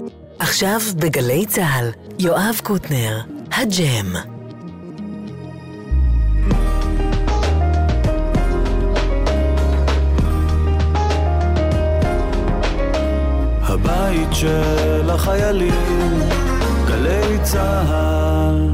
עכשיו בגלי צהל, יואב קוטנר, הג'ם. הבית של החיילים, גלי צהל.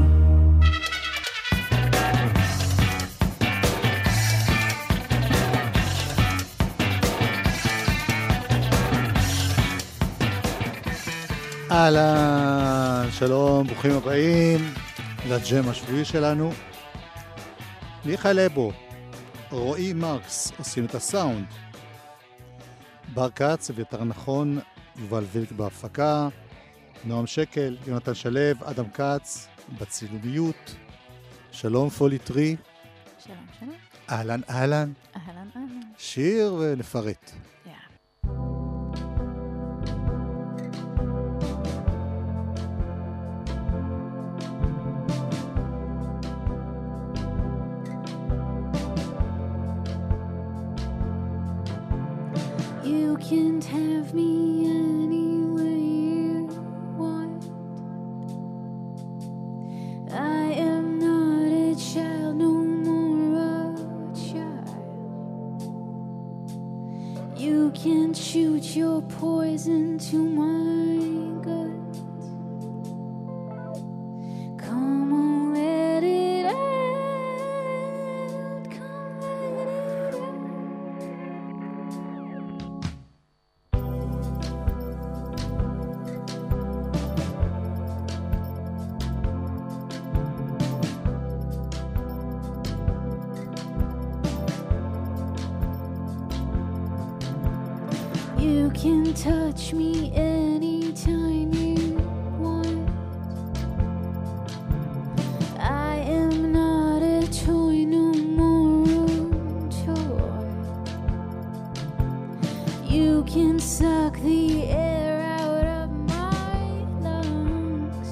אהלן, שלום, ברוכים הבאים לג'ם השבועי שלנו. מיכאל אבו, רועי מרקס עושים את הסאונד, בר קץ, אביתר נכון, יובל וילק בהפקה, נועם שקל, יונתן שלב, אדם קץ בצילומיות. שלום פוליטרי. שלום, שלום. אהלן, אהלן. אהלן, אהלן. שיר ונפרט. You can't have me any way you want. I am not a child, no more a child. You can't shoot your poison to my guts. Come on, let it out. Come let it out. You can touch me anytime you want. I am not a toy, no more a toy. You can suck the air out of my lungs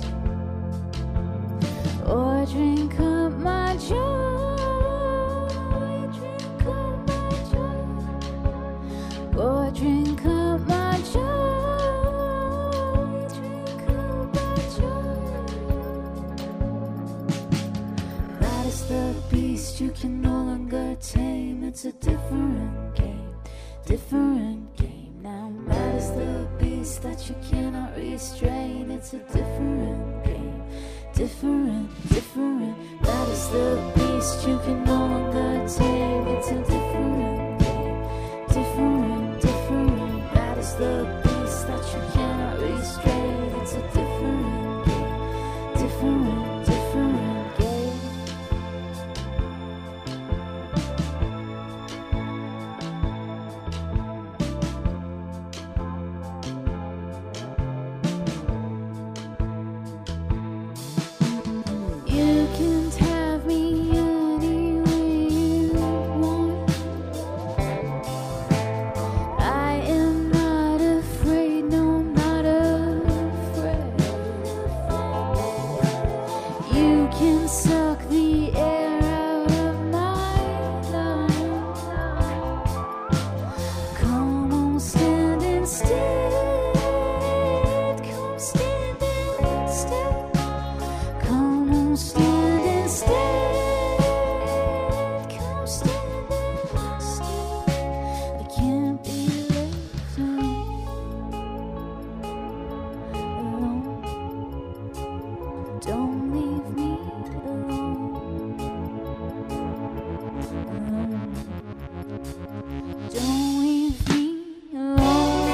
or drink up my joy. Drink up my joy. Or drink up my joy, drink up my joy. That is the beast you can no longer tame. It's a different game, different game. Now that is the beast that you cannot restrain. It's a different game, different, different. That is the beast you can no longer tame. It's a different game, different, different. That is the beast that you cannot restrain. It's a different game, different, different game. You can't have me any way you want. I am not afraid, no, I'm not afraid. You can suck the air out of my lungs. Come on, stand instead. Come stand instead. Come on, stand instead. Come stand instead. I can't be left alone. Don't leave me alone. Don't leave me alone.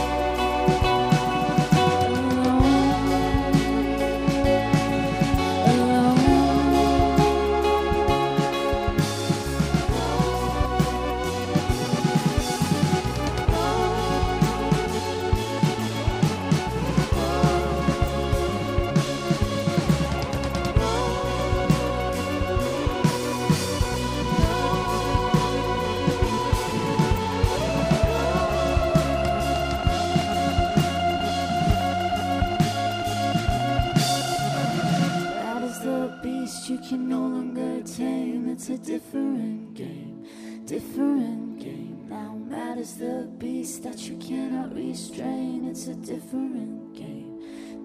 That is the beast you can no longer tame. It's a different game, different game. Now mad is the beast that you cannot restrain. It's a different game.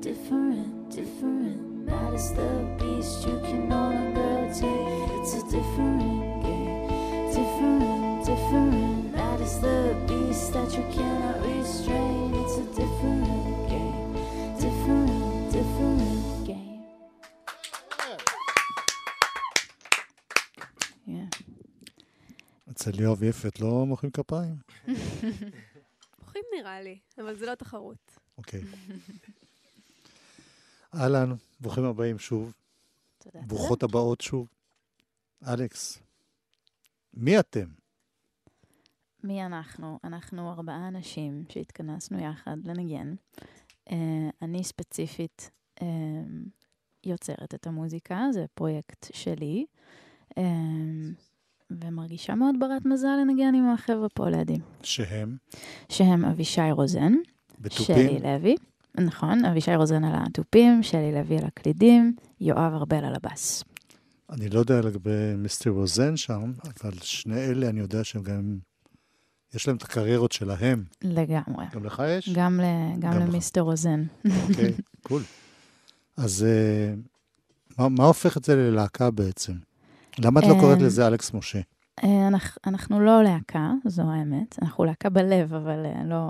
different, different. Mad as the beast you can no longer tame. It's a different game, different, different. Mad as the beast that you cannot restrain. It's a different game, different, different game. Yeah. אצל יואב יפת לא מוחאים כפיים? מוחאים נראה לי, אבל זה לא תחרות. אוקיי. אהלן, ברוכים הבאים שוב. תודה. ברוכות הבאות שוב. אלכס, מי אתם? מי אנחנו? אנחנו 4 אנשים שהתכנסנו יחד לנגן. אני ספציפית יוצרת את המוזיקה, זה פרויקט שלי, ומרגישה מאוד ברת מזל לנגן עם החבר'ה פה לידי. שהם? שהם אבישי רוזן, בטופים? שלי לוי, נכון, אבישי רוזן על הטופים, שלי לוי על הקלידים, יואב ארבל על הבאס. אני לא יודע לגבי מיסטר רוזן שם, אבל שני אלה אני יודע שהם גם, יש להם את הקריירות שלהם. לגמרי. גם לך יש? גם למיסטר רוזן. אוקיי, קול. אז מה הופך את זה ללהקה בעצם? למה את לא קוראת לזה אלכס משה? אנחנו לא להקה, זו האמת. אנחנו להקה בלב, אבל לא...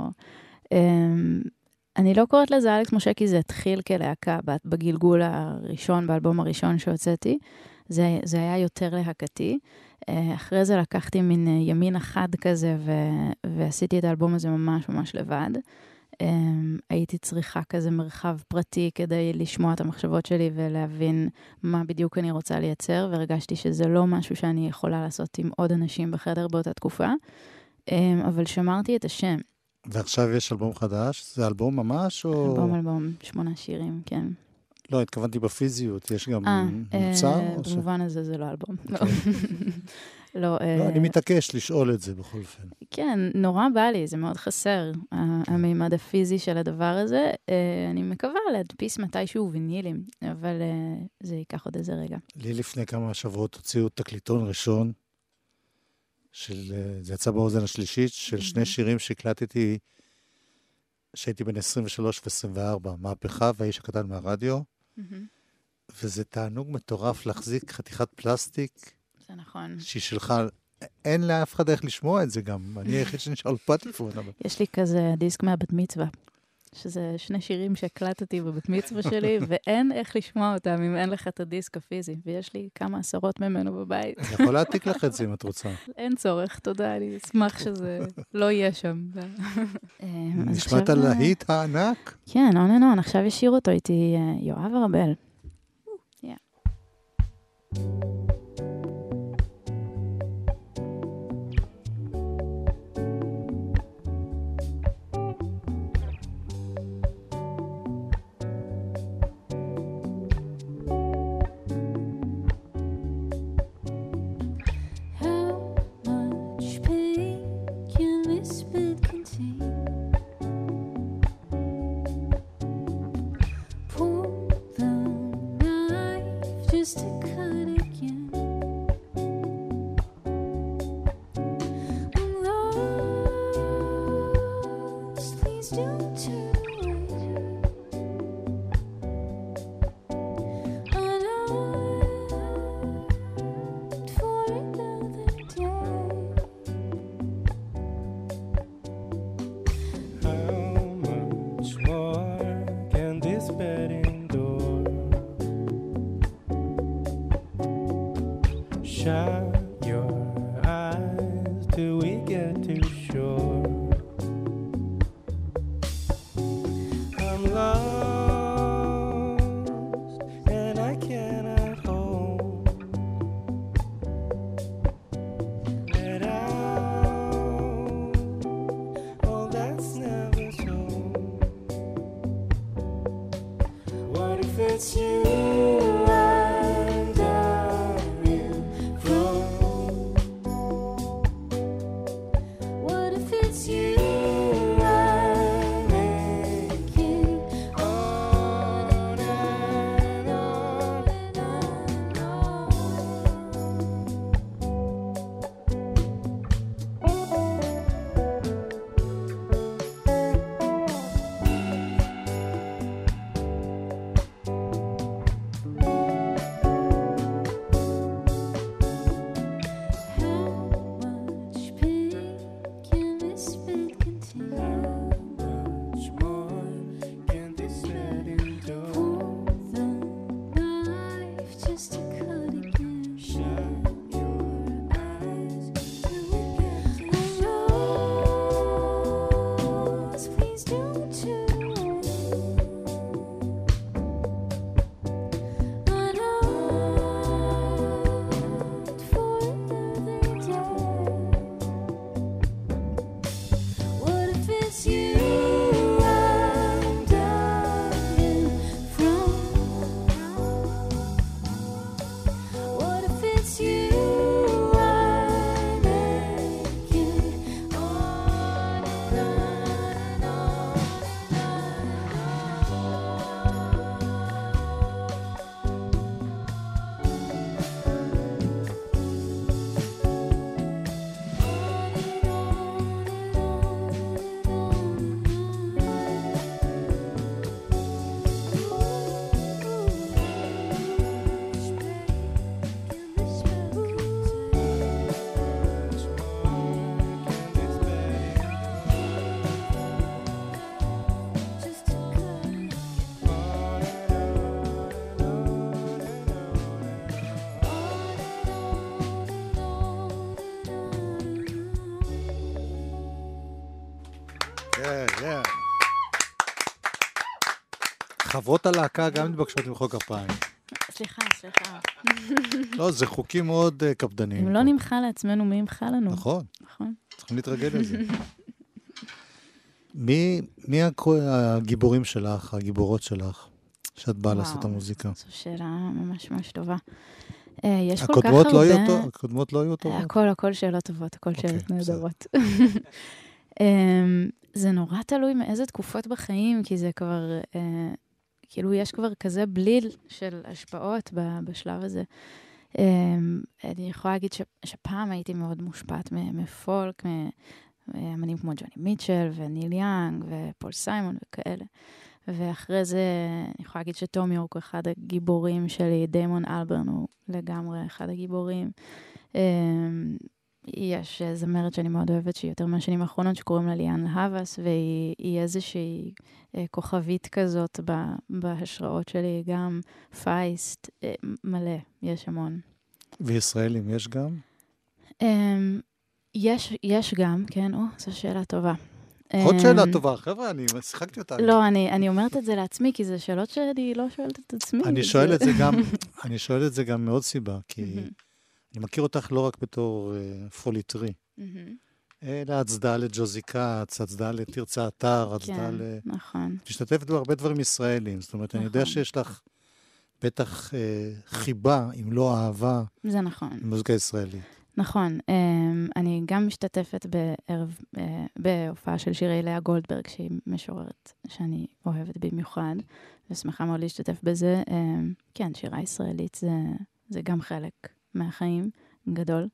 אני לא קוראת לזה אלכס משה, כי זה התחיל כלהקה בגלגול הראשון, באלבום הראשון שהוצאתי. זה היה יותר להקתי. אחרי זה לקחתי מין ימין אחד כזה, ועשיתי את האלבום הזה ממש ממש לבד. הייתי צריכה כזה מרחב פרטי כדי לשמוע את המחשבות שלי ולהבין מה בדיוק אני רוצה לייצר, והרגשתי שזה לא משהו שאני יכולה לעשות עם עוד אנשים בחדר באותה תקופה, אבל שמרתי את השם. ועכשיו יש אלבום חדש? זה אלבום ממש או... אלבום, 8 שירים, כן. לא, התכוונתי בפיזיות, יש גם מוצר? במובן הזה זה לא אלבום. לא, אני מתעקש לשאול את זה בכל אופן. כן, נורא בא לי, זה מאוד חסר, המימד הפיזי של הדבר הזה. אני מקווה להדפיס מתישהו וינילים, אבל זה ייקח עוד איזה רגע. לי לפני כמה שבועות הוציאו תקליטון ראשון, זה יצא באוזן השלישית, של 2 שירים שהקלטתי, שהייתי בין 23 ו-24, מהפכה והאיש הקטן מהרדיו, וזה תענוג מטורף להחזיק חתיכת פלסטיק, זה נכון. שהיא שלך, אין לאף אחד איך לשמוע את זה גם, אני היחיד שנשאל פטפון. יש לי כזה דיסק מהבת מצווה, שזה 2 שירים שהקלטתי בבת מצווה שלי, ואין איך לשמוע אותם אם אין לך את הדיסק הפיזי, ויש לי כמה עשרות ממנו בבית. אני יכול להעתיק לך את זה אם את רוצה. אין צורך, תודה, אני אשמח שזה לא יהיה שם. נשמעת על להיט הענק? כן, און, עכשיו ישיר אותו איתי יואב ארבל. חברות הלהקה גם מתבקשות למחוא כפיים. סליחה. לא, זה חוקים מאוד קפדניים. אם לא נמחה לעצמנו, מי ימחה לנו? נכון. נכון. צריכים להתרגל לזה. מי הגיבורים שלך, הגיבורות שלך, שאת באה לעשות את המוזיקה? זו שאלה ממש ממש טובה. יש כל כך הרבה... הקודמות לא היו טובות? הכל שאלות טובות, הכל שאלות נהדרות. זה נורא תלוי מאיזה תקופות בחיים, כי זה כבר, כאילו יש כבר כזה בליל של השפעות בשלב הזה. אני יכולה להגיד שפעם הייתי מאוד מושפעת מפולק, מאמנים כמו ג'וני מיטשל וניל יאנג ופול סיימון וכאלה. ואחרי זה אני יכולה להגיד שטום יורק הוא אחד הגיבורים שלי, דיימון אלברן הוא לגמרי אחד הגיבורים. יש זמרת שאני מאוד אוהבת, שהיא יותר מהשנים האחרונות, שקוראים לה ליאן להבס, והיא איזושהי כוכבית כזאת בהשראות שלי, גם פייסט, מלא, יש המון. וישראלים יש גם? יש גם, כן, זו שאלה טובה. עוד שאלה טובה, חבר'ה, אני שיחקתי אותה. לא, אני אומרת את זה לעצמי, כי זה שאלות שאני לא שואלת את עצמי. אני שואל את זה גם מאוד סיבה, כי אני מכיר אותך לא רק בתור פוליטרי, אלא הצדעה לג'וזי קאץ, הצדעה לתרצה אתר, הצדעה ל... נכון. משתתפת בהרבה דברים ישראלים, זאת אומרת, אני יודע שיש לך בטח חיבה, אם לא אהבה, זה נכון. במוזיקה ישראלית. נכון, אני גם משתתפת בהופעה של שירי לאה גולדברג, שהיא משוררת שאני אוהבת במיוחד, ושמחה מאוד להשתתף בזה. כן, שירה ישראלית זה גם חלק מהחיים גדול.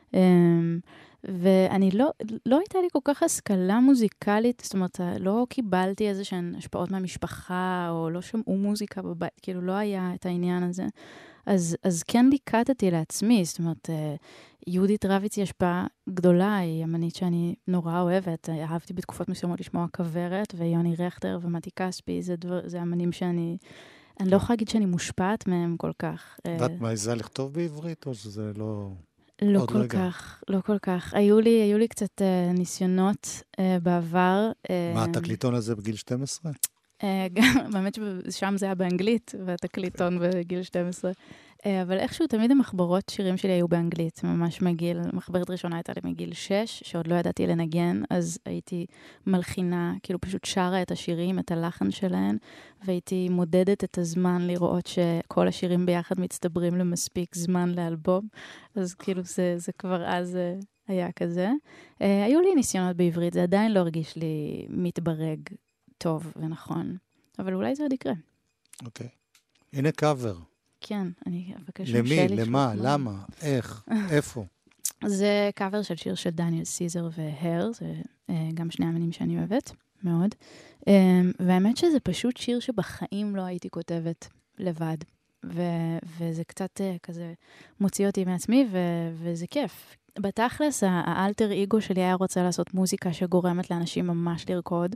ואני לא הייתה לי כל כך השכלה מוזיקלית, זאת אומרת, לא קיבלתי איזושהי השפעות מהמשפחה, או לא שמעו מוזיקה בבית, כאילו לא היה את העניין הזה. אז כן ליקטתי לעצמי, זאת אומרת, יהודית רביץ היא השפעה גדולה, היא אמנית שאני נורא אוהבת, אהבתי בתקופות מסוימות לשמוע כוורת, ויוני רכטר ומתי כספי, זה אמנים שאני לא יכולה להגיד שאני מושפעת מהם כל כך. ואת מעיזה לכתוב בעברית, או שזה לא... לא כל כך, לא כל כך. היו לי קצת ניסיונות בעבר. מה, התקליטון הזה בגיל 12? באמת ששם זה היה באנגלית, והתקליטון בגיל 12. אבל איכשהו תמיד המחברות שירים שלי היו באנגלית, ממש מגיל, מחברת ראשונה הייתה לי מגיל 6, שעוד לא ידעתי לנגן, אז הייתי מלחינה, כאילו פשוט שרה את השירים, את הלחן שלהן, והייתי מודדת את הזמן לראות שכל השירים ביחד מצטברים למספיק זמן לאלבום, אז כאילו זה כבר אז היה כזה. היו לי ניסיונות בעברית, זה עדיין לא הרגיש לי מתברג טוב ונכון, אבל אולי זה עוד יקרה. אוקיי. הנה קאבר. כן, אני אבקש למי? למה? למה? איך? איפה? זה קאבר של שיר של דניאל סיזר והר, זה גם שני אמנים שאני אוהבת, מאוד. והאמת שזה פשוט שיר שבחיים לא הייתי כותבת לבד. וזה קצת כזה מוציא אותי מעצמי, וזה כיף. בתכלס, האלטר איגו שלי היה רוצה לעשות מוזיקה שגורמת לאנשים ממש לרקוד.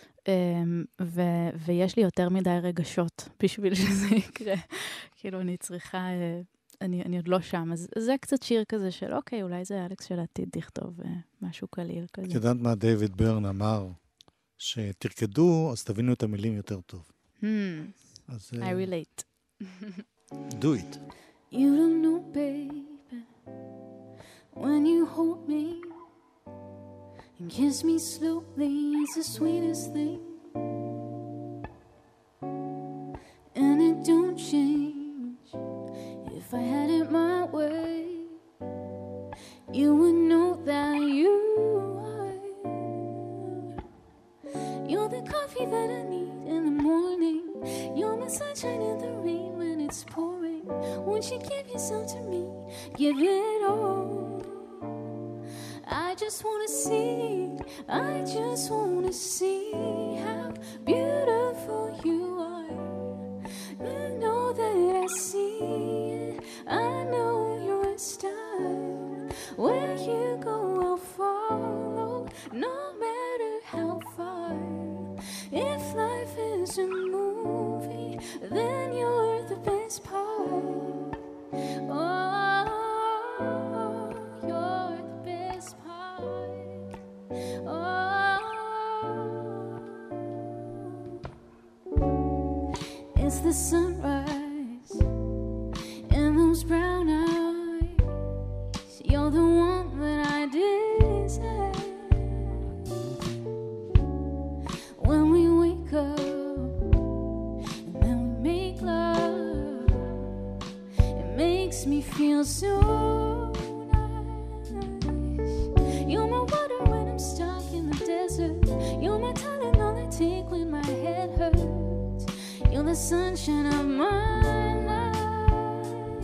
ויש לי יותר מדי רגשות בשביל שזה יקרה. כאילו, אני צריכה, אני עוד לא שם. אז זה קצת שיר כזה של, אוקיי, אולי זה אלכס של עתיד לכתוב משהו קליל כזה. את יודעת מה דיוויד ברן אמר? שתרקדו, אז תבינו את המילים יותר טוב. I relate. Do it. You don't know, baby, when you hold me and kiss me slowly, it's the sweetest thing. And it don't change. If I had it my way, you would know that you are. You're the coffee that I need in the morning. You're my sunshine in the rain when it's pouring. Won't you give yourself to me? Give it all. I just wanna see how beautiful you are. You know that I see it. I know you're a star. Where you go, I'll follow, no matter how far. If life is a movie, then you're the best part. Oh, you're the best part. Oh, It's the sunrise and those brown eyes. You're the one that I desire. When we wake up and then we make love, it makes me feel so nice. You're my water when I'm stuck in the desert. You're my Tylenol I take when my head hurts. You're the sunshine of my life.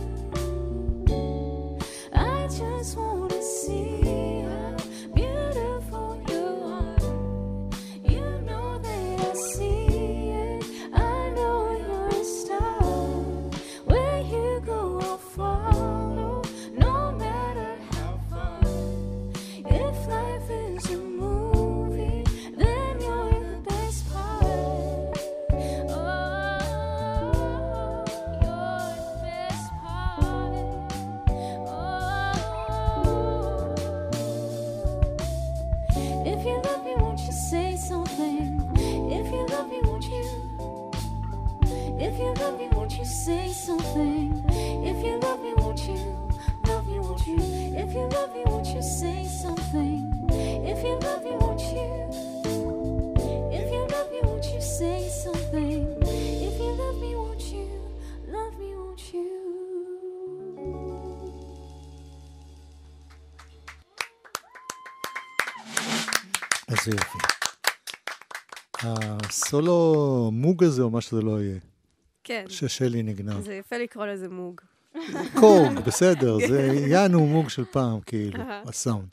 I just want to see how beautiful you are. You know that I see it. I know you're a star. Where you go, I'll follow, no matter how far. If life is a movie, then you're the best part. Oh, you're the best part. Oh, if you love me, won't you say something? If you love me, won't you? If you love me, won't you say something? If you love me, won't you? Love me, won't you? If you love me, won't you say something? If you love me, won't you? If you love me, won't you say something? If you love me, won't you? Love me, won't you? איזה יופי. הסולו מוג הזה, או מה שזה לא יהיה, כן, ששלי נגנה. זה יפה לקרוא לזה מוג. קורג, בסדר, זה יענו מוג של פעם, כאילו, הסאונד.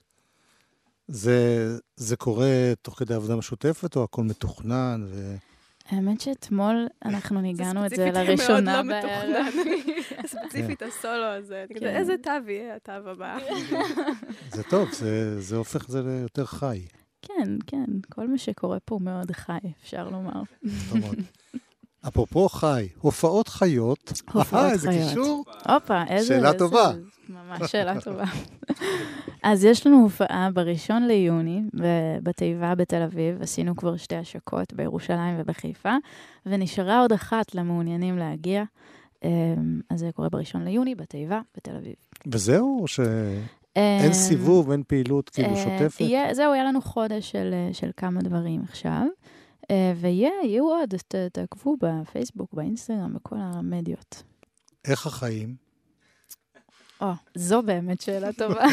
זה קורה תוך כדי עבודה משותפת, או הכל מתוכנן? האמת שאתמול אנחנו ניגענו את זה ספציפית לראשונה מאוד לא בערב. מתוכנן. ספציפית הסולו הזה. אני כזה, איזה תו יהיה התו הבא? זה טוב, זה הופך את זה ליותר חי. כן, כן, כל מה שקורה פה הוא מאוד חי, אפשר לומר. טוב מאוד. אפרופו חי, הופעות חיות. הופעות איזה חיות. קישור. הופה, איזה... שאלה טובה. ממש שאלה טובה. אז יש לנו הופעה ב1 ליוני, בתיבה בתל אביב, עשינו כבר 2 השקות בירושלים ובחיפה, ונשארה עוד אחת למעוניינים להגיע, אז זה קורה ב1 ליוני, בתיבה בתל אביב. וזהו, או שאין סיבוב, אין פעילות כאילו שוטפת? זהו, היה לנו חודש של כמה דברים עכשיו, ויהיו עוד, תעקבו בפייסבוק, באינסטגרם, בכל המדיות. איך החיים? זו באמת שאלה טובה.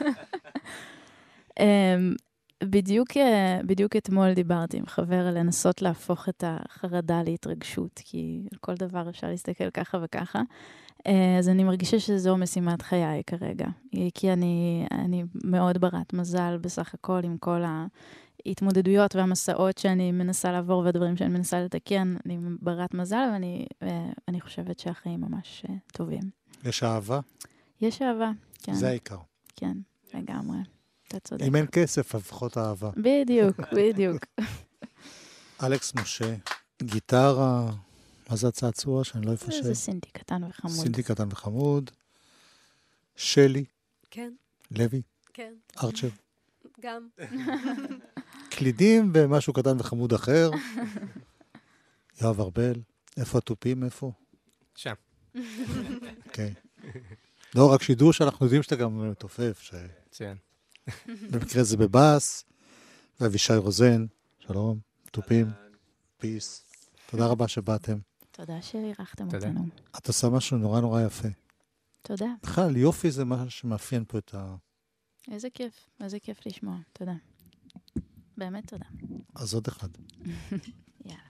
בדיוק אתמול דיברתי עם חבר לנסות להפוך את החרדה להתרגשות, כי על כל דבר אפשר להסתכל ככה וככה. אז אני מרגישה שזו משימת חיי כרגע, כי אני מאוד ברת מזל בסך הכל עם כל ההתמודדויות והמסעות שאני מנסה לעבור והדברים שאני מנסה לתקן, אני ברת מזל ואני חושבת שהחיים ממש טובים. יש אהבה? יש אהבה, כן. זה העיקר. כן, לגמרי. אתה צודק. אם אין כסף, לפחות אהבה. בדיוק, בדיוק. אלכס משה, גיטרה, מה זה הצעצוע שאני לא אפשל? זה סינטי קטן וחמוד. סינטי קטן וחמוד. שלי. כן, לוי. כן, ארצ'ר. גם. קלידים ומשהו קטן וחמוד אחר. יואב ארבל. איפה הטופים? איפה? שם. אוקיי. לא, רק שידעו שאנחנו יודעים שאתה גם מתופף. ציין. במקרה זה בבאס. ואבישי רוזן. שלום. טופים. פיס. תודה רבה שבאתם. תודה שאירחתם תודה. אותנו. את עושה משהו נורא נורא יפה. תודה. בכלל, יופי זה מה שמאפיין פה את ה... איזה כיף לשמוע. תודה. באמת תודה. אז עוד אחד. יאללה.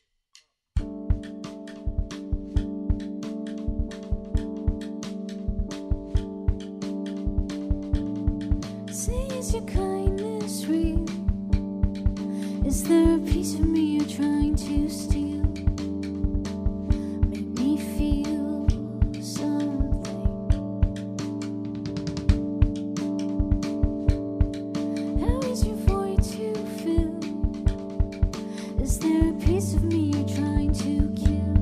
Say, is your kindness real? Is there a piece of me you're trying to steal? Make me feel something. How is your void to fill? Is there a piece of me you're trying to kill?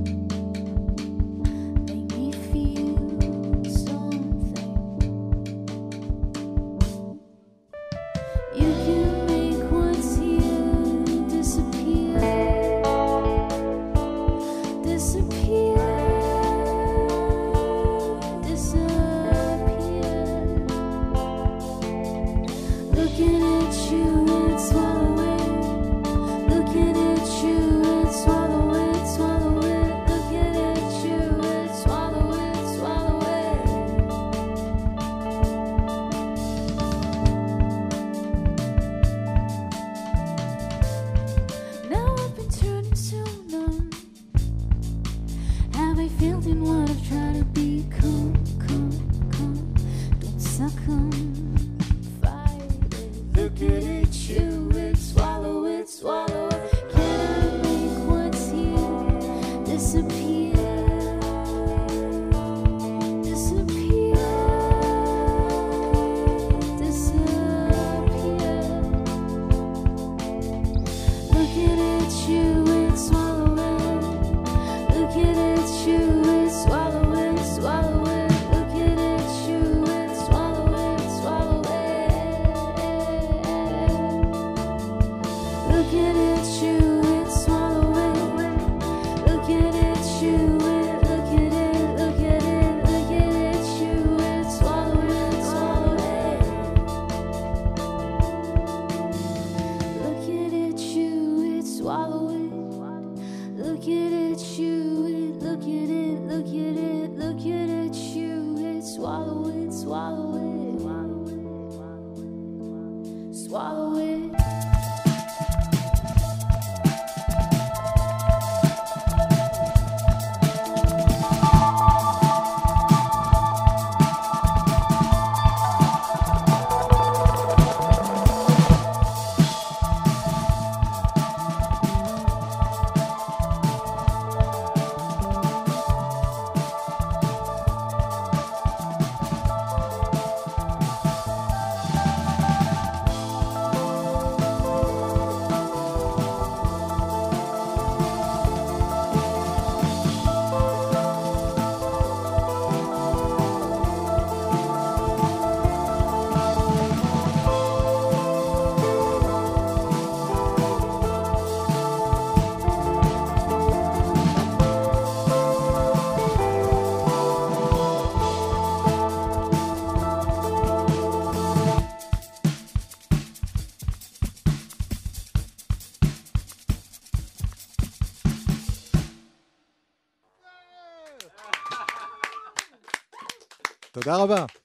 Make me feel something. You can make what's here disappear. תודה רבה.